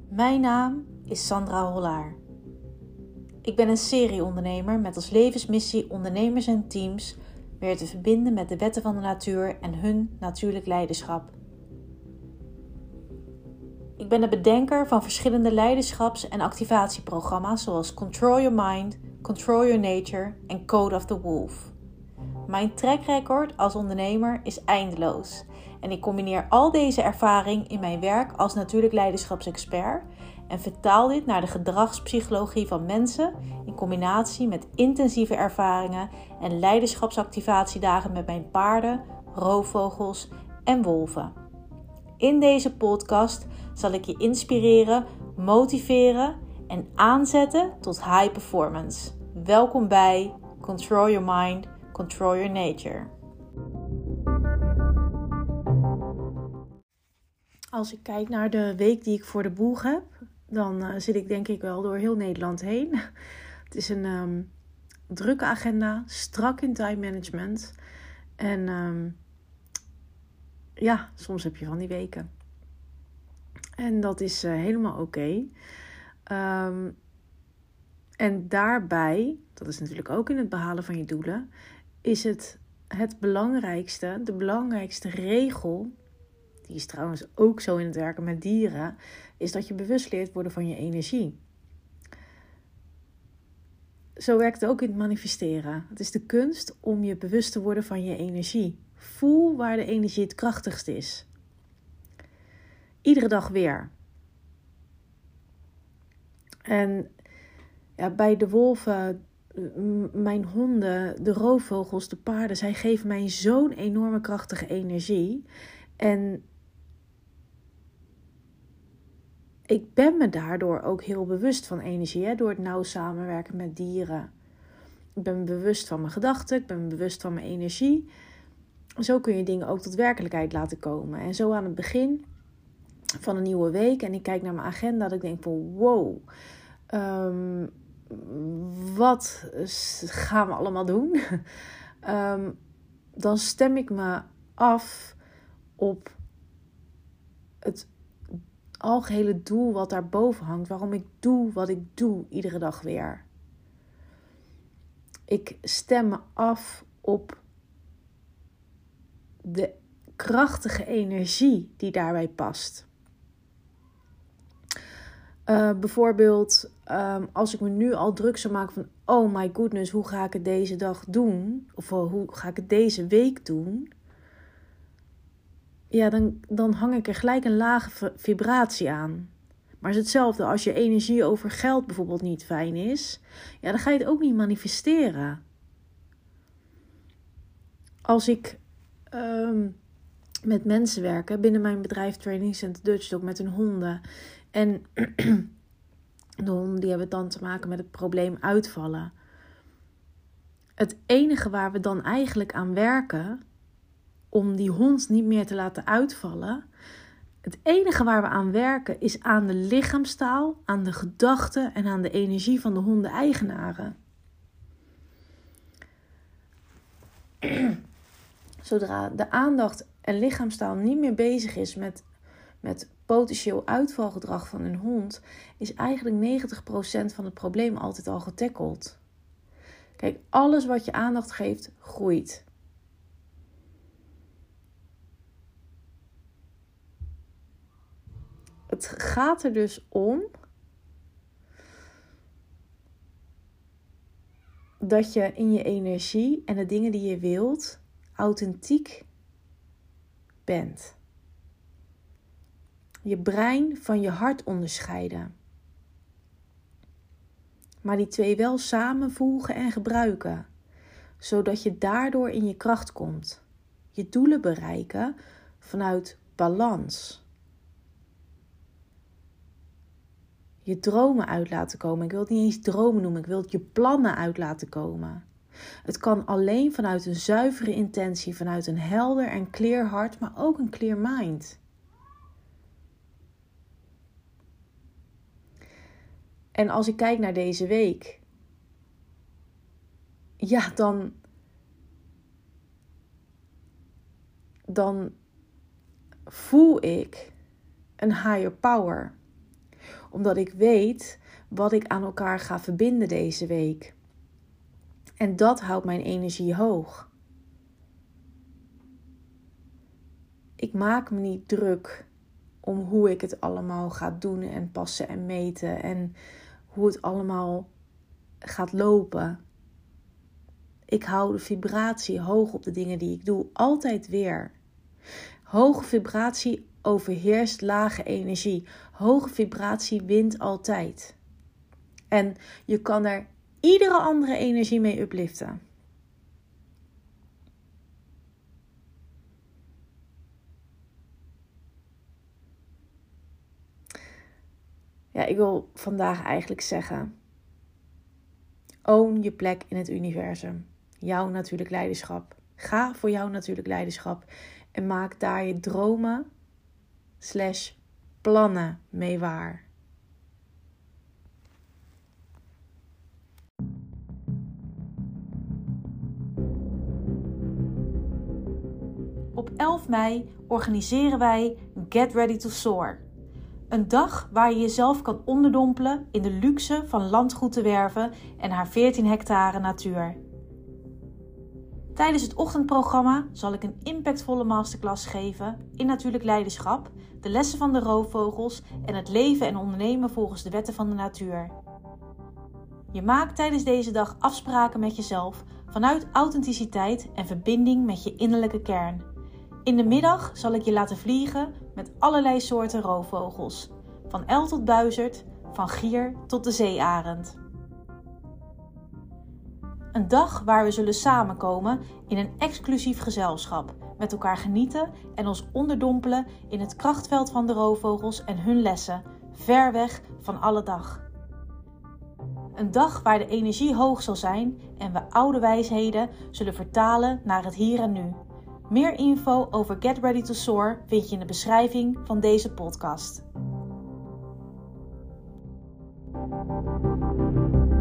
Mijn naam is Sandra Hollaar. Ik ben een serieondernemer met als levensmissie ondernemers en teams weer te verbinden met de wetten van de natuur en hun natuurlijk leiderschap. Ik ben de bedenker van verschillende leiderschaps- en activatieprogramma's zoals Control Your Mind, Control Your Nature en Code of the Wolf. Mijn track record als ondernemer is eindeloos en ik combineer al deze ervaring in mijn werk als natuurlijk leiderschapsexpert en vertaal dit naar de gedragspsychologie van mensen in combinatie met intensieve ervaringen en leiderschapsactivatiedagen met mijn paarden, roofvogels en wolven. In deze podcast zal ik je inspireren, motiveren en aanzetten tot high performance. Welkom bij Control Your Mind, Control Your Nature. Als ik kijk naar de week die ik voor de boeg heb, dan zit ik denk ik wel door heel Nederland heen. Het is een drukke agenda, strak in time management. En soms heb je van die weken. En dat is helemaal oké. En daarbij, dat is natuurlijk ook in het behalen van je doelen, is het belangrijkste, de belangrijkste regel, die is trouwens ook zo in het werken met dieren, is dat je bewust leert worden van je energie. Zo werkt het ook in het manifesteren. Het is de kunst om je bewust te worden van je energie. Voel waar de energie het krachtigst is. Iedere dag weer. En ja, bij de wolven, mijn honden, de roofvogels, de paarden, zij geven mij zo'n enorme krachtige energie. En ik ben me daardoor ook heel bewust van energie, door het nauw samenwerken met dieren. Ik ben me bewust van mijn gedachten, ik ben me bewust van mijn energie. Zo kun je dingen ook tot werkelijkheid laten komen. En zo aan het begin van een nieuwe week, en ik kijk naar mijn agenda, dat ik denk van wow, wat gaan we allemaal doen? Dan stem ik me af op het algehele doel wat daarboven hangt. Waarom ik doe wat ik doe, iedere dag weer. Ik stem me af op de krachtige energie die daarbij past. Bijvoorbeeld, als ik me nu al druk zou maken van, oh my goodness, hoe ga ik het deze dag doen? Of hoe ga ik het deze week doen? Ja, dan hang ik er gelijk een lage vibratie aan. Maar het is hetzelfde als je energie over geld bijvoorbeeld niet fijn is. Ja, dan ga je het ook niet manifesteren. Als ik met mensen werk, binnen mijn bedrijf Training Center Dutch Dog met hun honden. En de honden die hebben dan te maken met het probleem uitvallen. Het enige waar we dan eigenlijk aan werken om die hond niet meer te laten uitvallen. Het enige waar we aan werken is aan de lichaamstaal, aan de gedachten en aan de energie van de hondeneigenaren. Zodra de aandacht en lichaamstaal niet meer bezig is met potentieel uitvalgedrag van een hond, is eigenlijk 90% van het probleem altijd al getackeld. Kijk, alles wat je aandacht geeft, groeit. Het gaat er dus om dat je in je energie en de dingen die je wilt authentiek bent. Je brein van je hart onderscheiden. Maar die twee wel samenvoegen en gebruiken. Zodat je daardoor in je kracht komt. Je doelen bereiken vanuit balans. Je dromen uit laten komen. Ik wil het niet eens dromen noemen. Ik wil het je plannen uit laten komen. Het kan alleen vanuit een zuivere intentie. Vanuit een helder en clear hart. Maar ook een clear mind. En als ik kijk naar deze week. Ja, dan voel ik een higher power. Omdat ik weet wat ik aan elkaar ga verbinden deze week. En dat houdt mijn energie hoog. Ik maak me niet druk om hoe ik het allemaal ga doen en passen en meten. En hoe het allemaal gaat lopen. Ik hou de vibratie hoog op de dingen die ik doe. Altijd weer. Hoge vibratie overheerst lage energie. Hoge vibratie wint altijd. En je kan er iedere andere energie mee upliften. Ja, ik wil vandaag eigenlijk zeggen: own je plek in het universum. Jouw natuurlijk leiderschap. Ga voor jouw natuurlijk leiderschap. En maak daar je dromen / plannen mee waar. Op 11 mei organiseren wij Get Ready to Soar. Een dag waar je jezelf kan onderdompelen in de luxe van Landgoed de Werven en haar 14 hectare natuur. Tijdens het ochtendprogramma zal ik een impactvolle masterclass geven in natuurlijk leiderschap, de lessen van de roofvogels en het leven en ondernemen volgens de wetten van de natuur. Je maakt tijdens deze dag afspraken met jezelf vanuit authenticiteit en verbinding met je innerlijke kern. In de middag zal ik je laten vliegen met allerlei soorten roofvogels. Van uil tot buizerd, van gier tot de zeearend. Een dag waar we zullen samenkomen in een exclusief gezelschap. Met elkaar genieten en ons onderdompelen in het krachtveld van de roofvogels en hun lessen. Ver weg van alle dag. Een dag waar de energie hoog zal zijn en we oude wijsheden zullen vertalen naar het hier en nu. Meer info over Get Ready to Soar vind je in de beschrijving van deze podcast.